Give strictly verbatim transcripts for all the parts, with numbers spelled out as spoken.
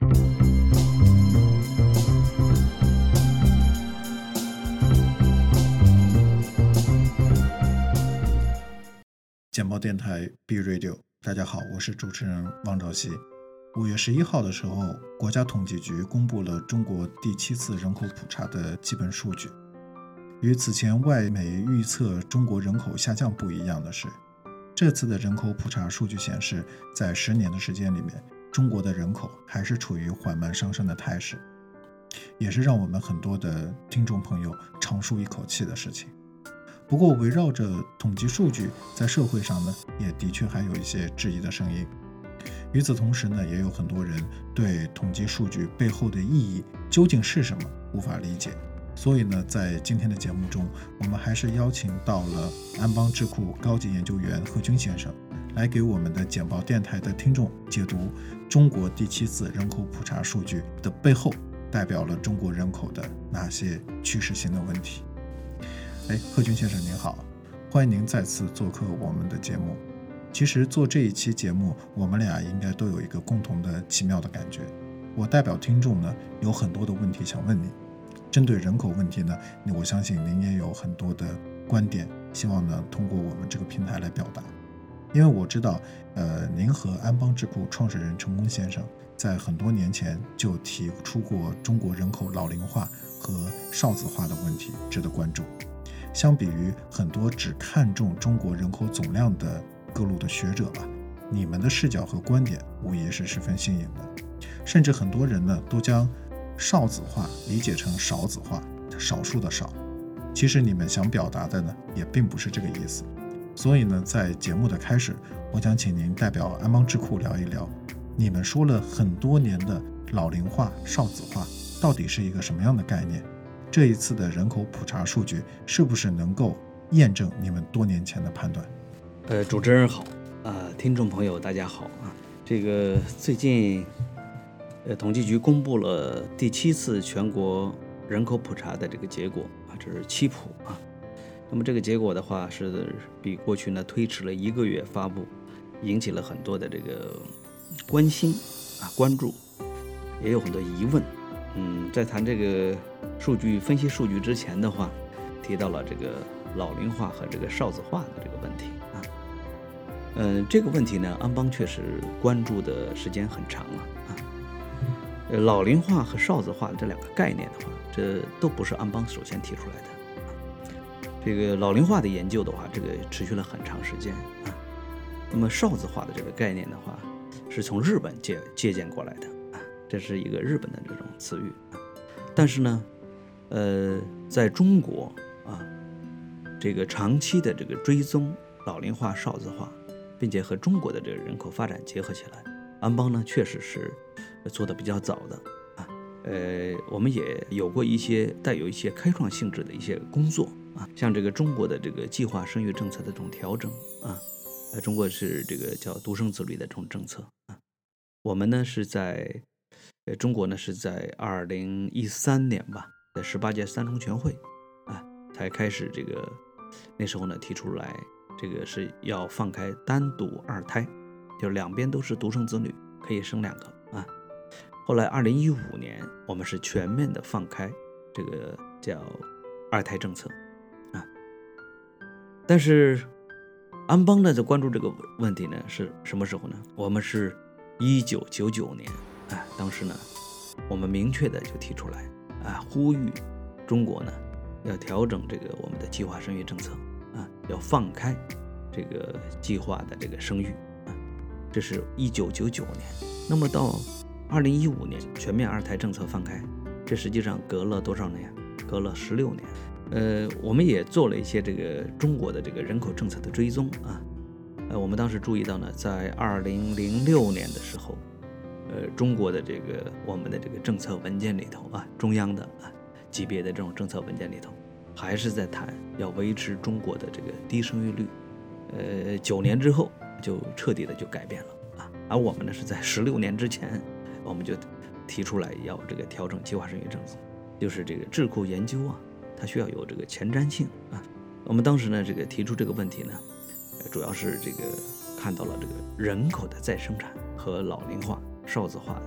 简报电台 B Radio， 大家好，我是主持人汪兆熙。五月十一号的时候，国家统计局公布了中国第七次人口普查的基本数据。与此前外媒预测中国人口下降不一样的是，这次的人口普查数据显示，在十年的时间里面，中国的人口还是处于缓慢上升的态势，也是让我们很多的听众朋友长舒一口气的事情。不过围绕着统计数据，在社会上呢，也的确还有一些质疑的声音。与此同时呢，也有很多人对统计数据背后的意义究竟是什么无法理解。所以呢，在今天的节目中，我们还是邀请到了安邦智库高级研究员贺军先生，来给我们的简报电台的听众解读中国第七次人口普查数据的背后代表了中国人口的哪些趋势性的问题。哎，贺军先生您好，欢迎您再次做客我们的节目。其实做这一期节目，我们俩应该都有一个共同的奇妙的感觉。我代表听众呢，有很多的问题想问你。针对人口问题呢，我相信您也有很多的观点，希望呢通过我们这个平台来表达。因为我知道，呃，您和安邦智库创始人陈功先生在很多年前就提出过中国人口老龄化和少子化的问题，值得关注。相比于很多只看重中国人口总量的各路的学者吧，你们的视角和观点无疑是十分新颖的。甚至很多人呢都将少子化理解成少子化，少数的少。其实你们想表达的呢也并不是这个意思。所以呢，在节目的开始，我想请您代表安邦智库聊一聊，你们说了很多年的老龄化、少子化到底是一个什么样的概念？这一次的人口普查数据是不是能够验证你们多年前的判断？ 呃，主持人好，呃，听众朋友大家好啊。这个最近，呃，统计局公布了第七次全国人口普查的这个结果啊，这是七普啊。那么这个结果的话，是比过去呢推迟了一个月发布，引起了很多的这个关心啊、关注，也有很多疑问。嗯，在谈这个数据分析数据之前的话，提到了这个老龄化和这个少子化的这个问题啊。嗯，这个问题呢，安邦确实关注的时间很长了啊。呃，老龄化和少子化这两个概念的话，这都不是安邦首先提出来的啊。这个老龄化的研究的话，这个持续了很长时间啊。那么少子化的这个概念的话，是从日本借借鉴过来的。这是一个日本的这种词语，但是呢，呃，在中国啊，这个长期的这个追踪老龄化、少子化，并且和中国的这个人口发展结合起来，安邦呢确实是做的比较早的啊。呃，我们也有过一些带有一些开创性质的一些工作啊，像这个中国的这个计划生育政策的这种调整啊，呃，中国是这个叫独生子女的这种政策啊，我们呢是在。呃，中国呢是在二零一三年吧，在十八届三中全会啊，才开始这个，那时候呢提出来，这个是要放开单独二胎，就是两边都是独生子女，可以生两个啊。后来二零一五年，我们是全面的放开这个叫二胎政策啊。但是安邦呢，在关注这个问题呢，是什么时候呢？我们是一九九九年。啊，当时呢，我们明确的就提出来，啊，呼吁中国呢要调整这个我们的计划生育政策，啊，要放开这个计划的这个生育，啊，这是一九九九年。那么到二零一五年全面二胎政策放开，这实际上隔了多少年？隔了十六年。呃，我们也做了一些这个中国的这个人口政策的追踪啊，呃，我们当时注意到呢，在二零零六年的时候。呃，中国的这个我们的这个政策文件里头啊，中央的啊级别的这种政策文件里头，还是在谈要维持中国的这个低生育率。呃，九年之后就彻底的就改变了啊。而我们呢是在十六年之前，我们就提出来要这个调整计划生育政策，就是这个智库研究啊，它需要有这个前瞻性啊。我们当时呢这个提出这个问题呢，主要是这个看到了这个人口的再生产和老龄化。少子化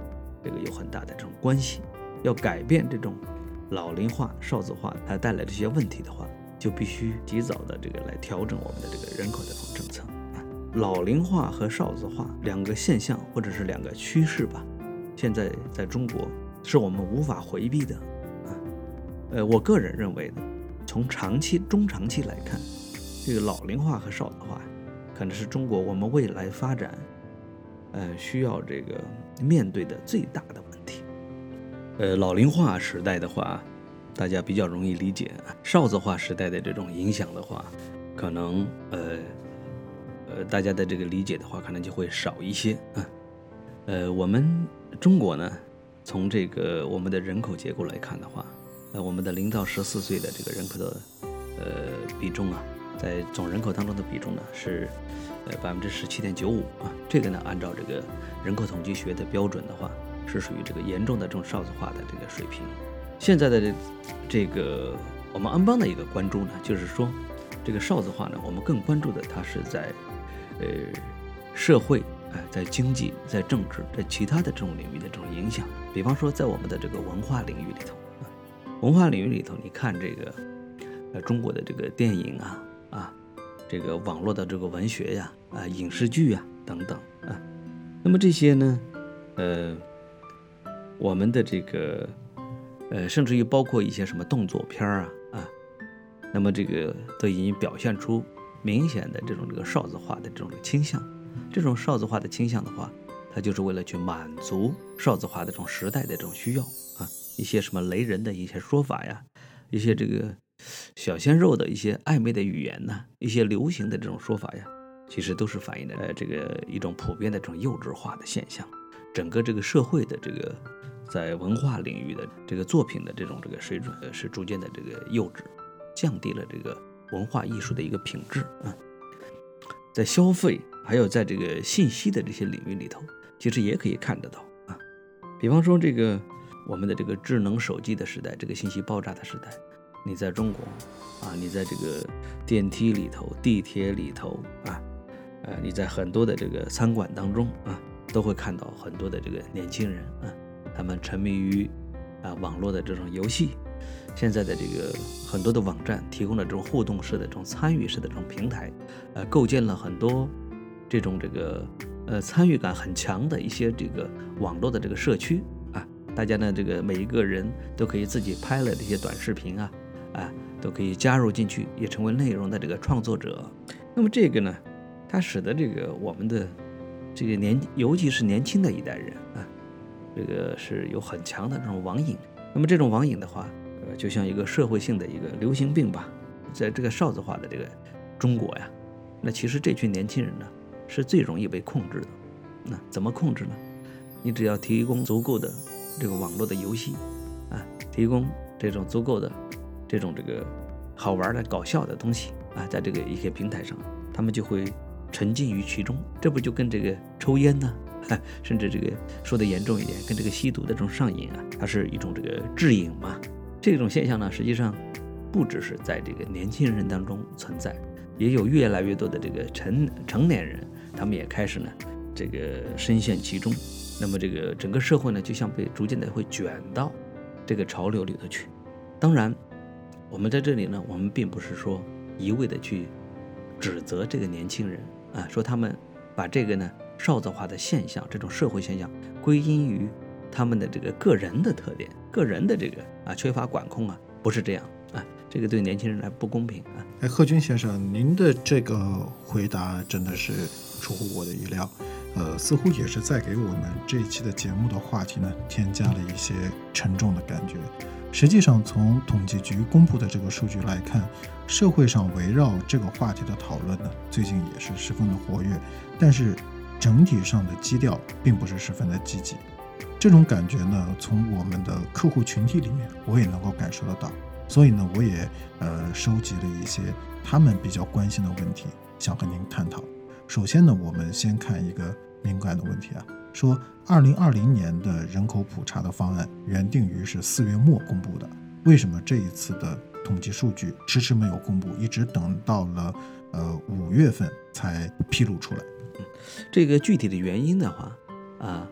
这个有很大的这种关系。要改变这种老龄化、少子化它带来的这些问题的话，就必须及早的这个来调整我们的这个人口的这种政策。老龄化和少子化两个现象或者是两个趋势吧，现在在中国是我们无法回避的啊。呃，我个人认为呢，从长期、中长期来看，这个老龄化和少子化可能是中国我们未来发展呃需要这个面对的最大的问题。呃，老龄化时代的话，大家比较容易理解；少子化时代的这种影响的话，可能呃呃大家的这个理解的话，可能就会少一些啊。呃，我们中国呢，从这个我们的人口结构来看的话，呃，我们的零到十四岁的这个人口的呃比重啊，在总人口当中的比重呢是呃百分之十七点九五啊。这个呢，按照这个人口统计学的标准的话，是属于这个严重的这种少子化的这个水平。现在的这这个我们安邦的一个关注呢，就是说这个少子化呢，我们更关注的它是在呃社会、呃、在经济、在政治、在其他的这种领域的这种影响。比方说在我们的这个文化领域里头啊，文化领域里头，你看这个呃中国的这个电影啊啊，这个网络的这个文学呀啊、影视剧呀等等啊，那么这些呢，呃。我们的这个，呃，甚至于包括一些什么动作片啊啊，那么这个都已经表现出明显的这种这个少子化的这种倾向。这种少子化的倾向的话，它就是为了去满足少子化的这种时代的这种需要啊，一些什么雷人的一些说法呀，一些这个小鲜肉的一些暧昧的语言呐、啊，一些流行的这种说法呀，其实都是反映的呃这个一种普遍的这种幼稚化的现象。整个这个社会的这个在文化领域的这个作品的这种这个水准是逐渐的这个幼稚，降低了这个文化艺术的一个品质啊。在消费还有在这个信息的这些领域里头，其实也可以看得到啊。比方说这个我们的这个智能手机的时代，这个信息爆炸的时代，你在中国啊，你在这个电梯里头、地铁里头啊，呃，你在很多的这个餐馆当中啊，都会看到很多的这个年轻人啊，他们沉迷于啊网络的这种游戏。现在的这个很多的网站提供了这种互动式的这种参与式的这种平台，呃，构建了很多这种这个呃参与感很强的一些这个网络的这个社区啊，大家呢这个每一个人都可以自己拍了这些短视频啊，啊，都可以加入进去，也成为内容的这个创作者。那么这个呢，它使得这个我们的这个年，尤其是年轻的一代人啊，这个是有很强的这种网瘾。那么这种网瘾的话，呃，就像一个社会性的一个流行病吧，在这个少子化的这个中国呀，那其实这群年轻人呢是最容易被控制的。那怎么控制呢？你只要提供足够的这个网络的游戏啊，提供这种足够的这种这个好玩的搞笑的东西啊，在这个一些平台上，他们就会沉浸于其中。这不就跟这个抽烟呢，甚至这个说的严重一点，跟这个吸毒的这种上瘾啊，它是一种这个致瘾嘛。这种现象呢，实际上不只是在这个年轻人当中存在，也有越来越多的这个成成年人，他们也开始呢这个深陷其中。那么这个整个社会呢，就像被逐渐的会卷到这个潮流里头去。当然，我们在这里呢，我们并不是说一味的去指责这个年轻人啊，说他们把这个呢少子化的现象，这种社会现象归因于他们的这个个人的特点，个人的这个啊缺乏管控啊，不是这样啊，这个对年轻人来不公平啊。 哎，贺军先生，您的这个回答真的是出乎我的意料，呃，似乎也是在给我们这一期的节目的话题呢添加了一些沉重的感觉。实际上，从统计局公布的这个数据来看，社会上围绕这个话题的讨论呢，最近也是十分的活跃，但是整体上的基调并不是十分的积极。这种感觉呢，从我们的客户群体里面，我也能够感受得到。所以呢，我也呃收集了一些他们比较关心的问题，想和您探讨。首先呢，我们先看一个敏感的问题啊，说二零二零年的人口普查的方案原定于是四月末公布的，为什么这一次的统计数据迟迟没有公布，一直等到了呃五月份才披露出来？ 这个具体的原因的话啊，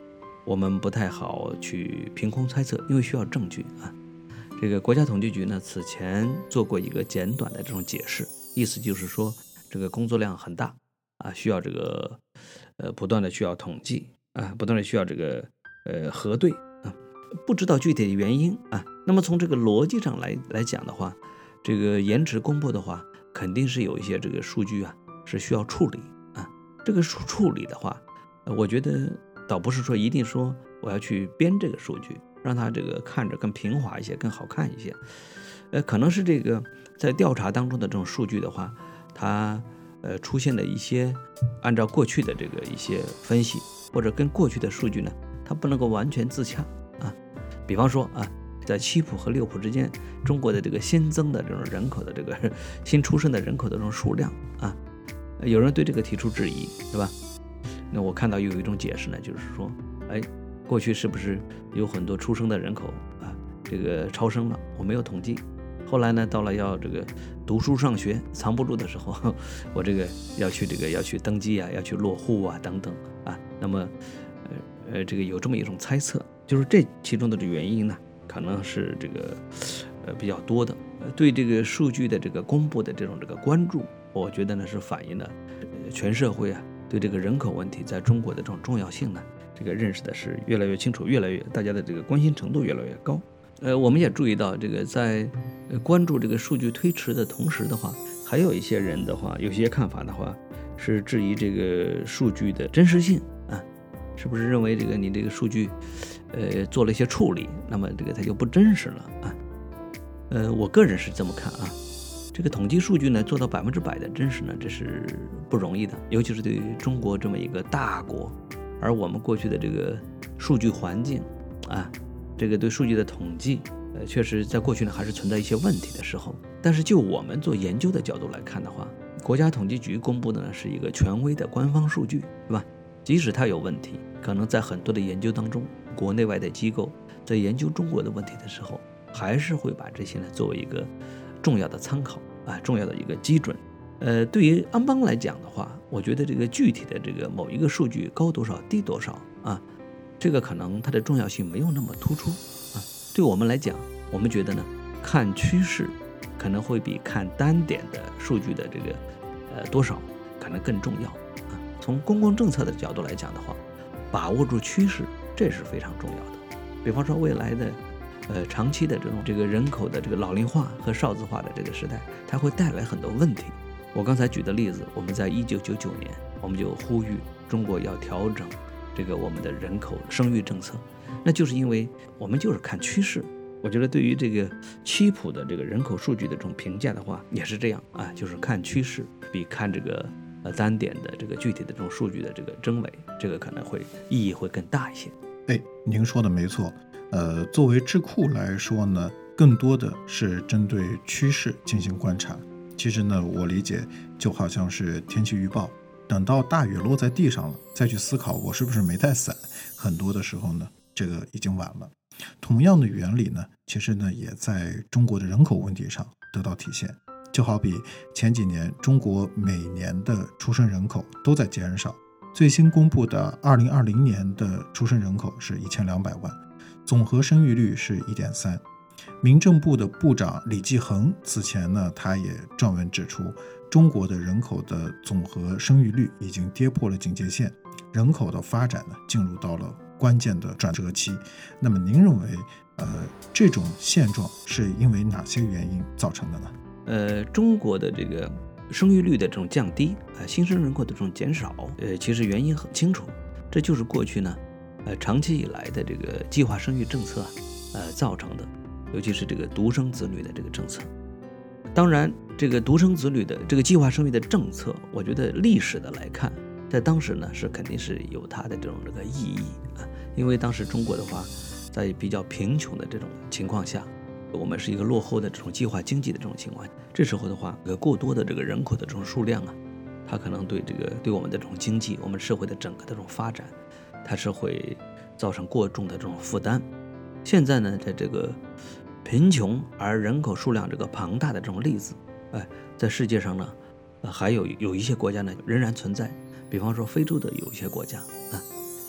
我们不太好去凭空猜测，因为需要证据啊。这个国家统计局呢，此前做过一个简短的这种解释，意思就是说，这个工作量很大啊，需要这个呃不断的需要统计啊，不断的需要这个呃核对啊，不知道具体的原因啊。那么从这个逻辑上来来讲的话，这个延迟公布的话，肯定是有一些这个数据啊是需要处理啊。这个处处理的话，我觉得倒不是说一定说我要去编这个数据，让它这个看着更平滑一些，更好看一些。呃，可能是这个在调查当中的这种数据的话，它呃出现了一些按照过去的这个一些分析，或者跟过去的数据呢，它不能够完全自洽啊。比方说啊，在七普和六普之间，中国的这个新增的这种人口的这个新出生的人口的这种数量啊，有人对这个提出质疑，是吧？那我看到有一种解释呢，就是说，哎，过去是不是有很多出生的人口啊，这个超生了，我没有统计。后来呢，到了要这个读书上学藏不住的时候，我这个要去这个要去登记啊，要去落户啊等等啊。那么，呃呃，这个有这么一种猜测，就是这其中的这原因呢，可能是这个呃比较多的。对这个数据的这个公布的这种这个关注，我觉得呢是反映了全社会啊对这个人口问题在中国的这种重要性呢，这个认识的是越来越清楚，越来越大家的这个关心程度越来越高。呃，我们也注意到，这个在关注这个数据推迟的同时的话，还有一些人的话，有些看法的话，是质疑这个数据的真实性啊，是不是认为这个你这个数据，呃，做了一些处理，那么这个它就不真实了啊？呃，我个人是这么看啊，这个统计数据呢，做到百分之百的真实呢，这是不容易的，尤其是对于中国这么一个大国，而我们过去的这个数据环境啊。这个对数据的统计，呃，确实在过去呢还是存在一些问题的时候。但是就我们做研究的角度来看的话，国家统计局公布的呢是一个权威的官方数据，是吧？即使它有问题，可能在很多的研究当中，国内外的机构在研究中国的问题的时候，还是会把这些呢作为一个重要的参考啊，重要的一个基准。呃，对于安邦来讲的话，我觉得这个具体的这个某一个数据高多少低多少啊。这个可能它的重要性没有那么突出啊。对我们来讲，我们觉得呢，看趋势可能会比看单点的数据的这个呃多少可能更重要啊。从公共政策的角度来讲的话，把握住趋势这是非常重要的。比方说未来的呃长期的这种这个人口的这个老龄化和少子化的这个时代，它会带来很多问题。我刚才举的例子，我们在一九九九年我们就呼吁中国要调整这个我们的人口生育政策，那就是因为我们就是看趋势。我觉得对于这个七普的这个人口数据的这种评价的话，也是这样啊，就是看趋势，比看这个呃单点的这个具体的这种数据的这个真伪，这个可能会意义会更大一些。 哎，您说的没错。呃，作为智库来说呢，更多的是针对趋势进行观察。其实呢，我理解就好像是天气预报。等到大雨落在地上了，再去思考我是不是没带伞，很多的时候呢，这个已经晚了。同样的原理呢，其实呢也在中国的人口问题上得到体现。就好比前几年中国每年的出生人口都在减少，最新公布的二零二零年的出生人口是一千两百万，总和生育率是 一点三。民政部的部长李继恒此前呢，他也撰文指出，中国的人口的总和生育率已经跌破了警戒线，人口的发展呢进入到了关键的转折期。那么您认为，呃，这种现状是因为哪些原因造成的呢？ 呃，中国的这个生育率的这种降低，呃，新生人口的这种减少，呃，其实原因很清楚，这就是过去呢，呃，长期以来的这个计划生育政策，呃，造成的。尤其是这个独生子女的这个政策。当然，这个独生子女的这个计划生育的政策，我觉得历史的来看，在当时呢是肯定是有它的这种这个意义啊，因为当时中国的话，在比较贫穷的这种情况下，我们是一个落后的这种计划经济的这种情况，这时候的话，有过多的这个人口的这种数量啊，它可能对这个对我们的这种经济，我们社会的整个的这种发展，它是会造成过重的这种负担。现在呢，在这个贫穷而人口数量这个庞大的这种例子，哎，在世界上呢，呃、还有有一些国家呢仍然存在，比方说非洲的有一些国家啊，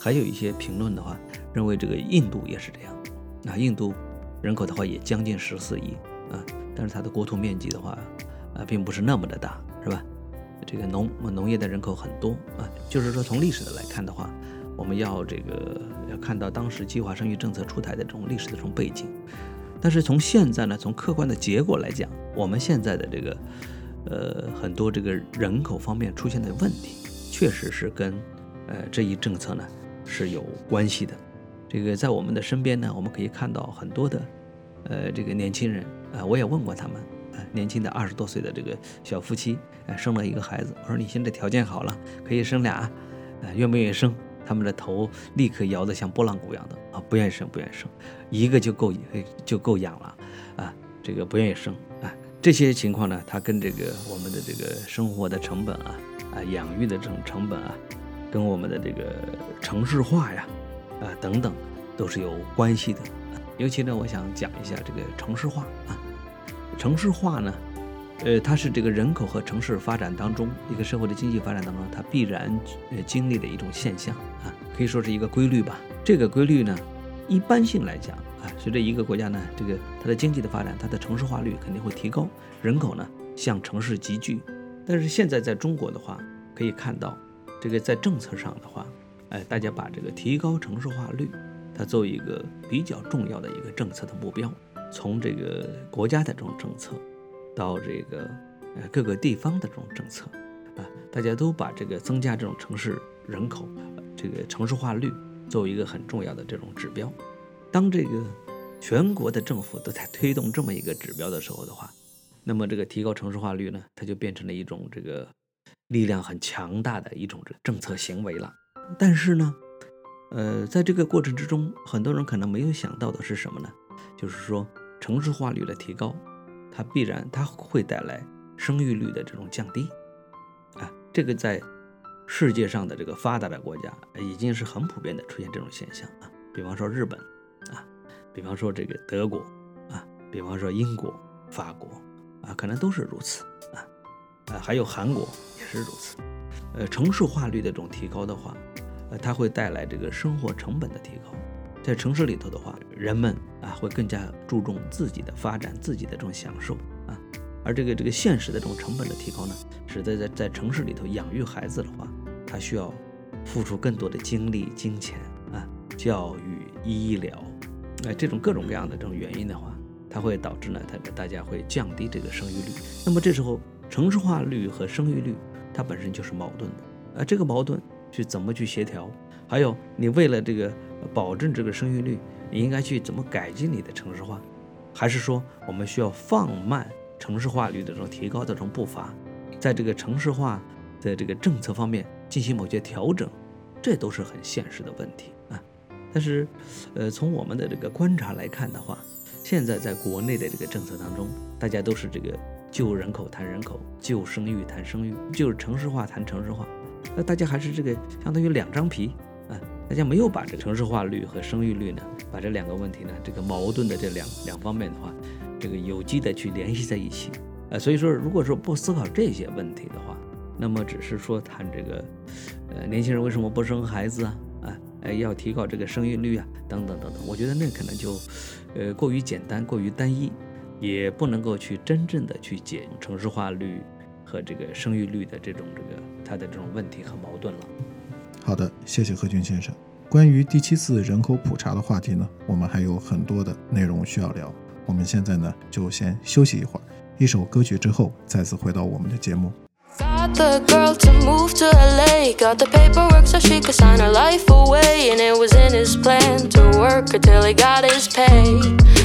还有一些评论的话，认为这个印度也是这样。那印度人口的话也将近十四亿啊，但是它的国土面积的话啊，并不是那么的大，是吧？这个农农业的人口很多啊，就是说从历史的来看的话，我们要这个要看到当时计划生育政策出台的这种历史的这种背景。但是从现在呢，从客观的结果来讲，我们现在的这个呃很多这个人口方面出现的问题，确实是跟呃这一政策呢是有关系的。这个在我们的身边呢，我们可以看到很多的呃这个年轻人啊、呃，我也问过他们，呃、年轻的二十多岁的这个小夫妻，呃，生了一个孩子，我说你现在条件好了，可以生俩，呃，愿不愿意生？他们的头立刻摇得像拨浪鼓一样的啊，不愿意生，不愿意生，一个就够就够养了啊，这个不愿意生啊。这些情况呢，它跟这个我们的这个生活的成本啊啊，养育的这种成本啊，跟我们的这个城市化呀啊等等都是有关系的。尤其呢，我想讲一下这个城市化啊，城市化呢。呃，它是这个人口和城市发展当中，一个社会的经济发展当中，它必然呃经历的一种现象啊，可以说是一个规律吧。这个规律呢，一般性来讲啊，随着一个国家呢，这个它的经济的发展，它的城市化率肯定会提高，人口呢向城市集聚。但是现在在中国的话，可以看到，这个在政策上的话，哎，大家把这个提高城市化率，它作为一个比较重要的一个政策的目标，从这个国家的这种政策。到这个呃各个地方的这种政策啊，大家都把这个增加这种城市人口、呃、这个城市化率作为一个很重要的这种指标。当这个全国的政府都在推动这么一个指标的时候的话，那么这个提高城市化率呢，它就变成了一种这个力量很强大的一种这个政策行为了。但是呢，呃，在这个过程之中，很多人可能没有想到的是什么呢？就是说城市化率的提高。它必然它会带来生育率的这种降低啊，这个在世界上的这个发达的国家已经是很普遍的出现这种现象啊，比方说日本啊，比方说这个德国啊，比方说英国、法国啊，可能都是如此啊，啊，还有韩国也是如此。呃，城市化率的这种提高的话，呃，它会带来这个生活成本的提高。在城市里头的话，人们啊会更加注重自己的发展，自己的这种享受啊，而这个这个现实的这种成本的提高呢，使得在在城市里头养育孩子的话，它需要付出更多的精力、金钱啊，教育、医疗，哎、呃，这种各种各样的这种原因的话，它会导致呢，它大家会降低这个生育率。那么这时候，城市化率和生育率它本身就是矛盾的，啊、呃，这个矛盾去怎么去协调？还有你为了这个保证这个生育率，你应该去怎么改进你的城市化，还是说我们需要放慢城市化率的这种提高的这种步伐，在这个城市化的这个政策方面进行某些调整，这都是很现实的问题啊。但是，呃，从我们的这个观察来看的话，现在在国内的这个政策当中，大家都是这个就人口谈人口，就生育谈生育，就是城市化谈城市化，那大家还是这个相当于两张皮。啊，大家没有把这个城市化率和生育率呢，把这两个问题呢，这个矛盾的这两两方面的话，这个有机的去联系在一起。呃，所以说，如果说不思考这些问题的话，那么只是说谈这个，呃，年轻人为什么不生孩子啊？啊，呃，要提高这个生育率啊，等等等等，我觉得那可能就，呃，过于简单，过于单一，也不能够去真正的去解城市化率和这个生育率的这种这个它的这种问题和矛盾了。 好的，谢谢何军先生。关于第七次人口普查的话题呢，我们还有很多的内容需要聊。我们现在呢，就先休息一会儿，一首歌曲之后，再次回到我们的节目。 Got the girl to move to L A, got the paperwork so she could sign her life away, and it was in his plan to work until he got his pay.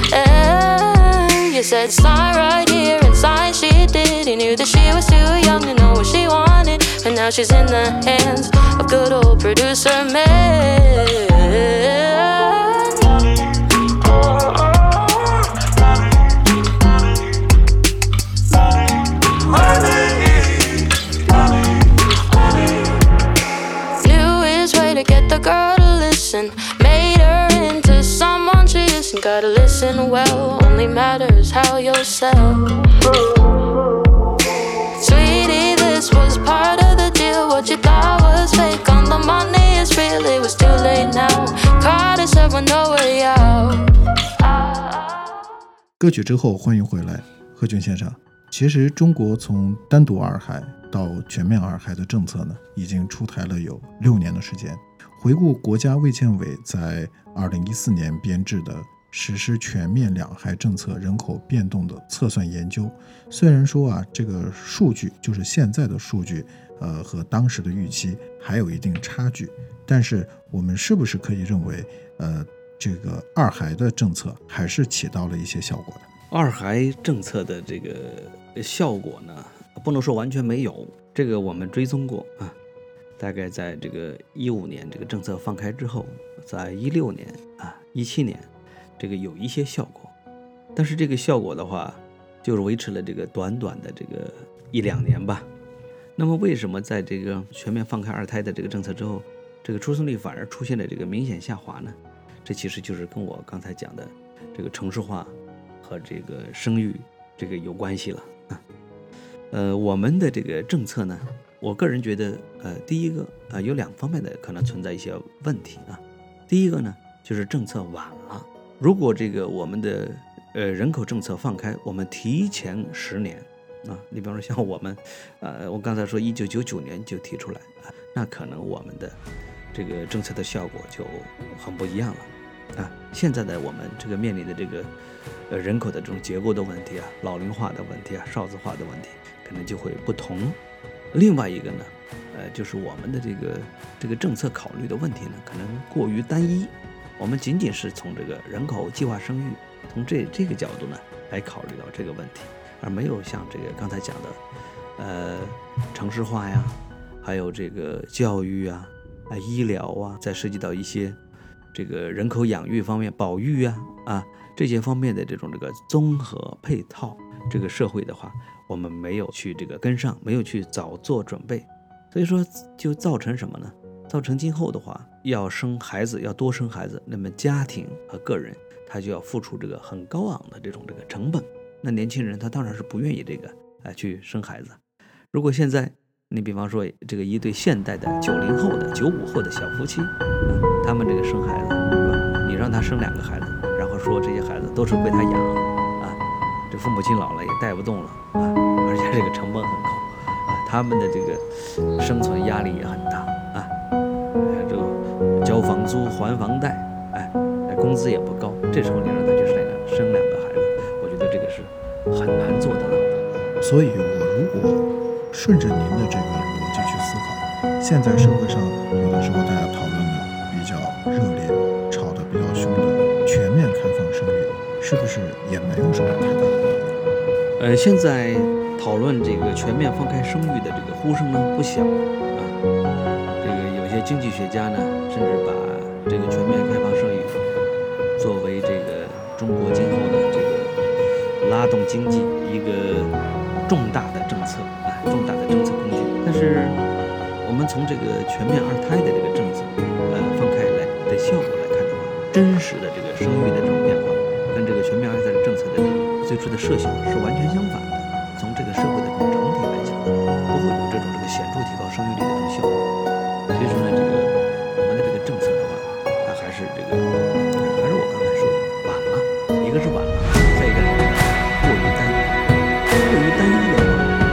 And you said sign right here, and sign she did. He knew that she was too young to know what she wanted, and now she's in the hands of good old producer man. The girl to listen, made her into someone she isn't. Gotta listen well, only matters how you'll sell. Sweetie, this was part of the deal. What you thought was fake on found the money, it's real, it was too late now. Cried and said we're no way out. 歌曲之后欢迎回来，贺军先生。其实中国从单独二孩到全面二孩的政策呢，已经出台了有六年的时间。回顾国家卫健委在二零一四年编制的实施全面两孩政策人口变动的测算研究，虽然说啊，这个数据就是现在的数据，呃，和当时的预期还有一定差距，但是我们是不是可以认为，呃，这个二孩的政策还是起到了一些效果的？ 二孩政策的这个效果呢，不能说完全没有，这个我们追踪过啊。大概在这个一五年这个政策放开之后，在一六年啊、一七年，这个有一些效果，但是这个效果的话，就是维持了这个短短的这个一两年吧。那么为什么在这个全面放开二胎的这个政策之后，这个出生率反而出现了这个明显下滑呢？这其实就是跟我刚才讲的这个城市化和这个生育这个有关系了啊。呃，我们的这个政策呢，我个人觉得，呃，第一个啊、呃，有两方面的可能存在一些问题啊。第一个呢，就是政策晚了。如果这个我们的呃人口政策放开，我们提前十年啊，你比方说像我们，呃，我刚才说一九九九年就提出来啊，那可能我们的这个政策的效果就很不一样了啊。现在的我们这个面临的这个呃人口的这种结构的问题啊，老龄化的问题啊，少子化的问题，可能就会不同。另外一个呢，呃，就是我们的这个这个政策考虑的问题呢，可能过于单一。我们仅仅是从这个人口计划生育，从这这个角度呢来考虑到这个问题，而没有像这个刚才讲的，呃，城市化呀，还有这个教育啊、啊医疗啊，再涉及到一些这个人口养育方面、保育啊啊这些方面的这种这个综合配套，这个社会的话。我们没有去这个跟上，没有去早做准备，所以说就造成什么呢？造成今后的话，要生孩子，要多生孩子，那么家庭和个人他就要付出这个很高昂的这种这个成本。那年轻人他当然是不愿意这个啊去生孩子。如果现在你比方说这个一对现代的九零后的、九五后的小夫妻，啊、他们这个生孩子是吧？你让他生两个孩子，然后说这些孩子都是归他养。这父母亲老了也带不动了啊，而且这个成本很高啊，他们的这个生存压力也很大啊，这个交房租还房贷，哎，工资也不高，这时候你让他去生生两个孩子，我觉得这个是很难做到的。 所以，我如果顺着您的这个逻辑去思考，现在社会上有的时候大家讨论的比较热烈、吵得比较凶的全面开放生育。是不是也没有什么太大的意义？ 呃，现在讨论这个全面放开生育的这个呼声呢不小啊。这个有些经济学家呢，甚至把这个全面开放生育作为这个中国今后的这个拉动经济一个重大的政策啊，重大的政策工具。但是我们从这个全面二胎的这个政策呃放开来的效果来看的话，真实的这个生育的这种变化。跟这个全面二胎的政策的最初的设想是完全相反的。从这个社会的这种整体来讲，不会有这种这个显著提高生育率的这种效果。所以说呢，这个我们的这个政策的话，它还是这个还是我刚才说的晚了，一个是晚了，再一个是过于单一，过于单一的话，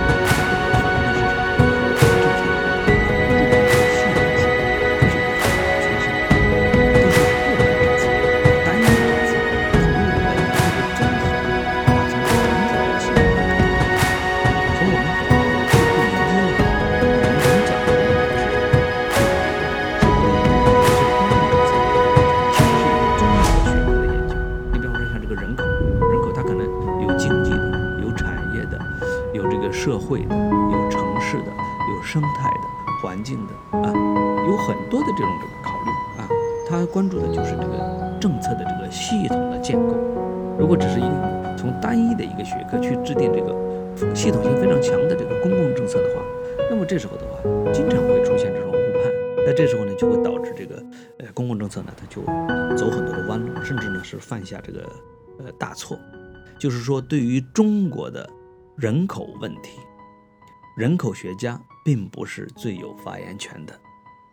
社会的，有城市的，有生态的、环境的啊，有很多的这种这个考虑啊。他关注的就是这个政策的这个系统的建构。如果只是一个从单一的一个学科去制定这个系统性非常强的这个公共政策的话，那么这时候的话，经常会出现这种误判。那这时候呢，就会导致这个呃公共政策呢，它就走很多的弯路，甚至呢是犯下这个呃大错。就是说，对于中国的人口问题，人口学家并不是最有发言权的。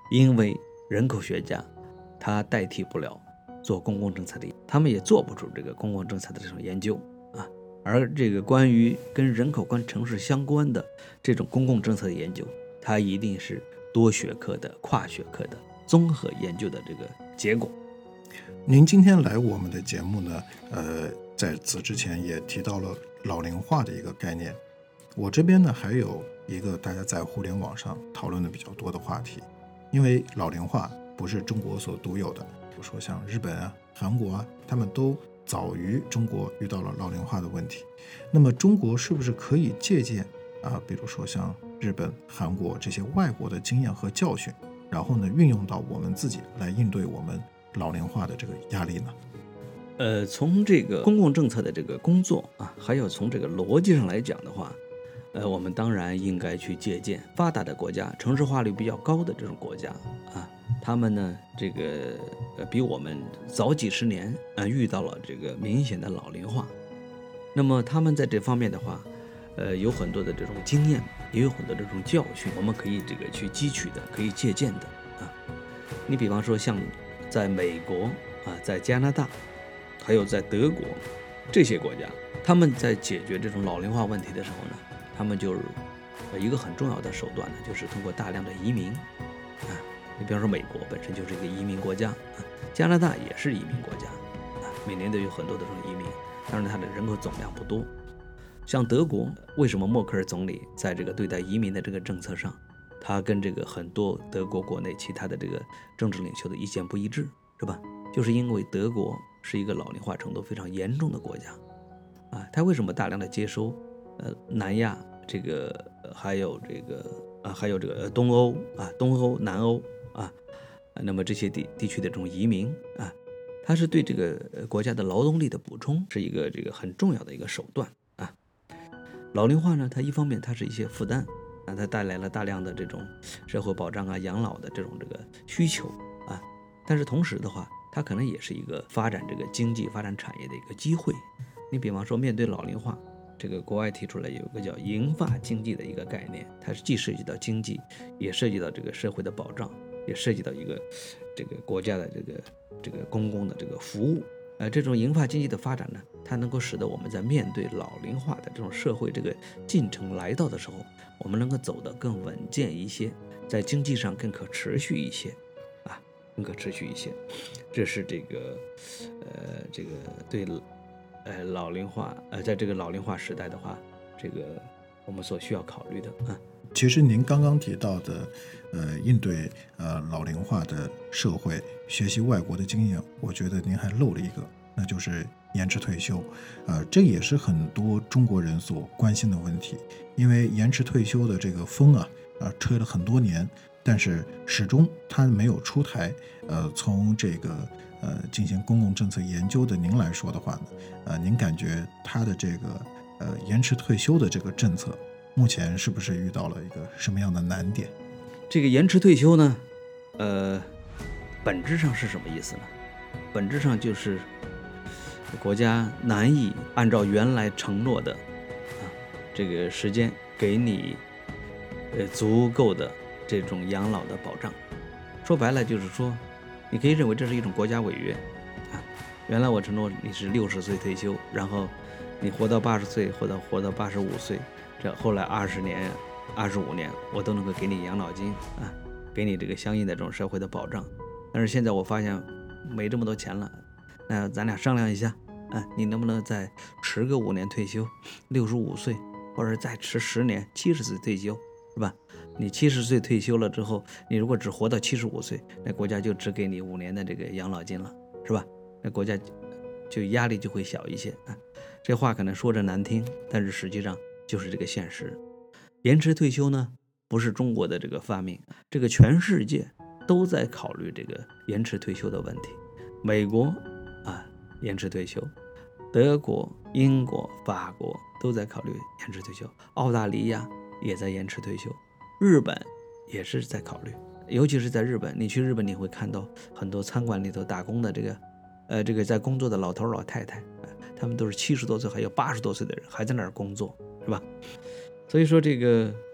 因为人口学家他代替不了做公共政策的，他们也做不出这个公共政策的这种研究啊。而这个关于跟人口跟城市相关的这种公共政策的研究，它一定是多学科的、跨学科的综合研究的这个结果。 您今天来我们的节目呢，呃，在此之前也提到了老龄化的一个概念。我这边呢还有一个大家在互联网上讨论的比较多的话题，因为老龄化不是中国所独有的，比如说像日本啊、韩国啊，他们都早于中国遇到了老龄化的问题。那么中国是不是可以借鉴啊，比如说像日本、韩国这些外国的经验和教训，然后呢运用到我们自己来应对我们老龄化的这个压力呢？ 呃，从这个公共政策的这个工作啊，还有从这个逻辑上来讲的话，呃，我们当然应该去借鉴发达的国家、城市化率比较高的这种国家啊，他们呢，这个呃比我们早几十年啊、呃、遇到了这个明显的老龄化。那么他们在这方面的话，呃，有很多的这种经验，也有很多这种教训，我们可以这个去汲取的，可以借鉴的啊。你比方说像在美国啊，在加拿大，还有在德国这些国家，他们在解决这种老龄化问题的时候呢，他们就是一个很重要的手段呢，就是通过大量的移民啊。你比方说美国本身就是一个移民国家啊，加拿大也是移民国家啊，每年都有很多的这种移民，当然它的人口总量不多。像德国，为什么默克尔总理在这个对待移民的这个政策上，他跟这个很多德国国内其他的这个政治领袖的意见不一致，是吧？就是因为德国是一个老龄化程度非常严重的国家啊，他为什么大量的接收呃南亚这个、呃、还有这个啊还有这个东欧啊东欧南欧啊，那么这些地地区的这种移民啊，它是对这个国家的劳动力的补充，是一个这个很重要的一个手段啊。老龄化呢，它一方面它是一些负担啊，它带来了大量的这种社会保障啊、养老的这种这个需求啊，但是同时的话，它可能也是一个发展这个经济、发展产业的一个机会。你比方说，面对老龄化，这个国外提出来有一个叫银发经济的一个概念，它是既涉及到经济，也涉及到这个社会的保障，也涉及到一个这个国家的这个这个公共的这个服务。呃，这种银发经济的发展呢，它能够使得我们在面对老龄化的这种社会这个进程来到的时候，我们能够走得更稳健一些，在经济上更可持续一些，啊，更可持续一些。这是这个，呃，这个对，呃，老龄化，呃，在这个老龄化时代的话，这个我们所需要考虑的啊。 其实您刚刚提到的，呃，应对呃老龄化的社会，学习外国的经验，我觉得您还漏了一个，那就是延迟退休。呃，这也是很多中国人所关心的问题，因为延迟退休的这个风啊，啊，吹了很多年，但是始终它没有出台。呃，从这个呃进行公共政策研究的您来说的话呢，呃，您感觉它的这个呃延迟退休的这个政策，目前是不是遇到了一个什么样的难点？ 这个延迟退休呢，呃，本质上是什么意思呢？本质上就是国家难以按照原来承诺的啊这个时间给你呃足够的这种养老的保障。说白了就是说，你可以认为这是一种国家违约啊。原来我承诺你是六十岁退休，然后你活到八十岁或者活到八十五岁。这后来二十年、二十五年，我都能够给你养老金啊，给你这个相应的这种社会的保障。但是现在我发现没这么多钱了，那咱俩商量一下啊，你能不能再迟个五年退休，六十五岁，或者再迟十年，七十岁退休，是吧？你七十岁退休了之后，你如果只活到七十五岁，那国家就只给你五年的这个养老金了，是吧？那国家就压力就会小一些啊。这话可能说着难听，但是实际上就是这个现实。延迟退休呢，不是中国的这个发明，这个全世界都在考虑这个延迟退休的问题。美国啊，延迟退休；德国、英国、法国都在考虑延迟退休；澳大利亚也在延迟退休；日本也是在考虑。尤其是在日本，你去日本你会看到很多餐馆里头打工的这个，呃，这个在工作的老头老太太，他们都是七十多岁，还有八十多岁的人还在那儿工作。是吧？所以说这个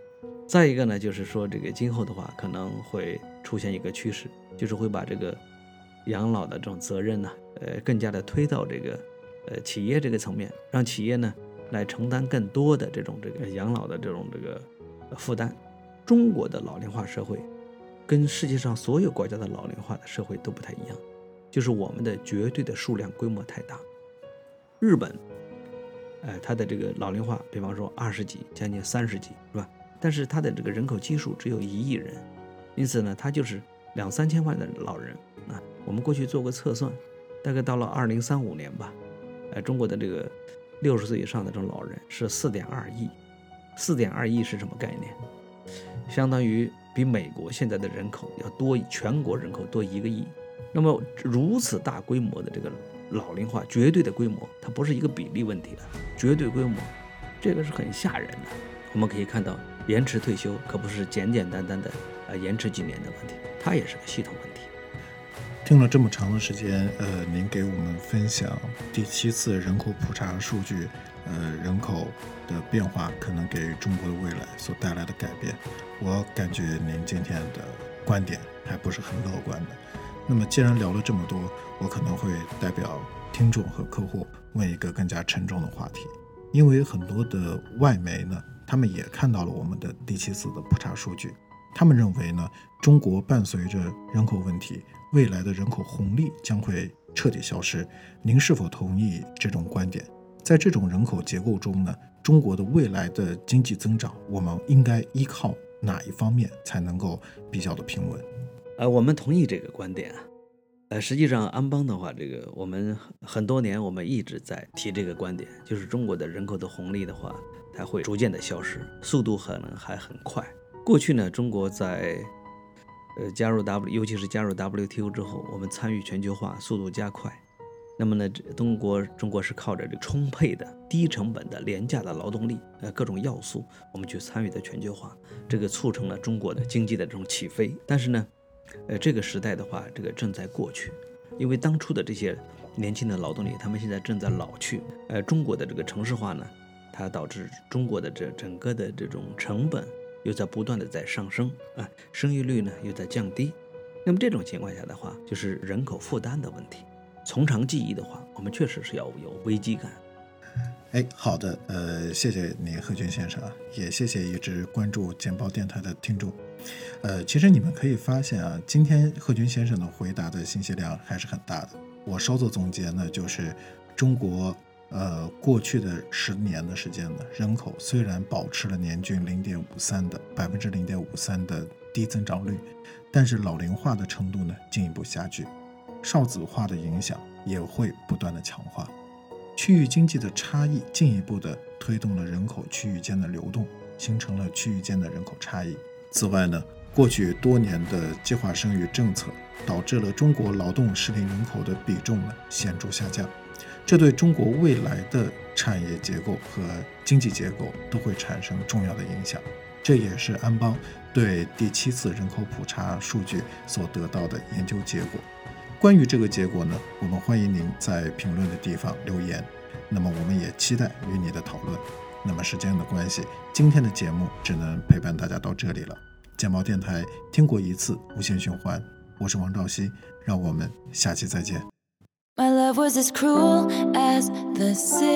再一个呢，就是说这个今后的话可能会出现一个趋势，就是会把这个养老的这种责任呢，呃，更加的推到这个呃企业这个层面，让企业呢来承担更多的这种这个养老的这种这个负担。中国的老龄化社会跟世界上所有国家的老龄化的社会都不太一样，就是我们的绝对的数量规模太大。日本，呃，它的这个老龄化，比方说二十几，将近三十几，是吧？但是它的这个人口基数只有一亿人，因此呢，它就是两三千万的老人啊。我们过去做过测算，大概到了二零三五年吧，呃，中国的这个六十岁以上的这种老人是四点二亿，四点二亿是什么概念？相当于比美国现在的人口要多，全国人口多一个亿。那么如此大规模的这个老龄化，绝对的规模，它不是一个比例问题了，绝对规模，这个是很吓人的。我们可以看到，延迟退休可不是简简单单的呃延迟几年的问题，它也是个系统问题。 听了这么长的时间，呃，您给我们分享第七次人口普查数据，呃，人口的变化可能给中国的未来所带来的改变，我感觉您今天的观点还不是很乐观的。那么既然聊了这么多，我可能会代表听众和客户问一个更加沉重的话题，因为很多的外媒呢，他们也看到了我们的第七次的普查数据，他们认为呢，中国伴随着人口问题，未来的人口红利将会彻底消失。您是否同意这种观点？在这种人口结构中呢，中国的未来的经济增长，我们应该依靠哪一方面才能够比较的平稳？ 呃，我们同意这个观点啊。呃，实际上安邦的话，这个我们很多年我们一直在提这个观点，就是中国的人口的红利的话，它会逐渐的消失，速度可能还很快。过去呢，中国在呃加入 W， 尤其是加入 W T O 之后，我们参与全球化速度加快。那么呢，中国中国是靠着这个充沛的、低成本的、廉价的劳动力，呃，各种要素，我们去参与的全球化，这个促成了中国的经济的这种起飞。但是呢，呃，这个时代的话，这个正在过去，因为当初的这些年轻的劳动力，他们现在正在老去。呃，中国的这个城市化呢，它导致中国的这整个的这种成本又在不断的在上升啊，生育率呢又在降低。那么这种情况下的话，就是人口负担的问题。从长计议的话，我们确实是要有危机感。 哎，好的，呃，谢谢你贺军先生啊，也谢谢一直关注简报电台的听众。呃，其实你们可以发现啊，今天贺军先生的回答的信息量还是很大的。我稍作总结呢，就是中国呃过去的十年的时间呢，人口虽然保持了年均零点五三的百分之零点五三的低增长率，但是老龄化的程度呢进一步加剧，少子化的影响也会不断的强化。区域经济的差异进一步的推动了人口区域间的流动，形成了区域间的人口差异。此外呢，过去多年的计划生育政策导致了中国劳动适龄人口的比重呢显著下降，这对中国未来的产业结构和经济结构都会产生重要的影响。这也是安邦对第七次人口普查数据所得到的研究结果。关于这个结果呢，我们欢迎您在评论的地方留言，那么我们也期待与你的讨论。那么时间的关系，今天的节目只能陪伴大家到这里了。简报电台听过一次无限循环，我是王兆熙，让我们下期再见。 My love was as cruel as the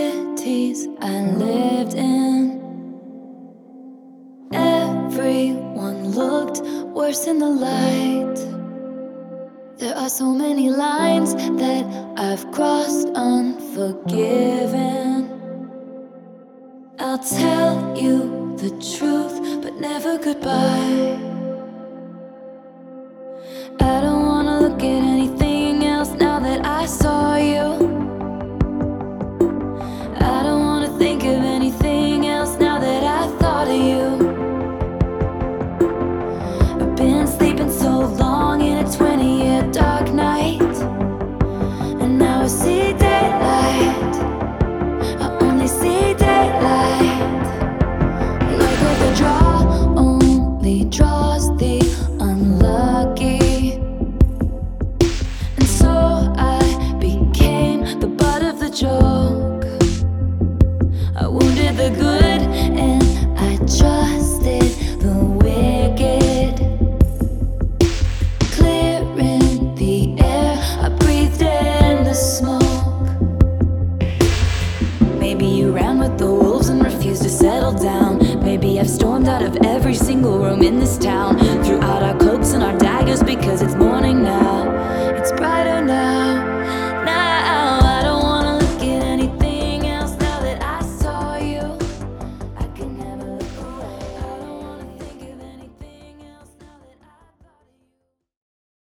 cities I lived in. Everyone looked worse in the light. There are so many lines that I've crossed unforgiven. I'll tell you the truth, but never goodbye. I don't wanna look at anything else now that I saw you. I don't wanna think of anything else now that I thought of you. I've been sleeping so long in a twenty-year dark night, and now I see daylight. I only see daylight. Like what the draw only draws the unlucky, and so I became the butt of the joke. I wounded the good and I trusted the Maybe you ran with the wolves and refused to settle down. Maybe I've stormed out of every single room in this town, threw out our cloaks and our daggers because it's morning now. It's brighter now.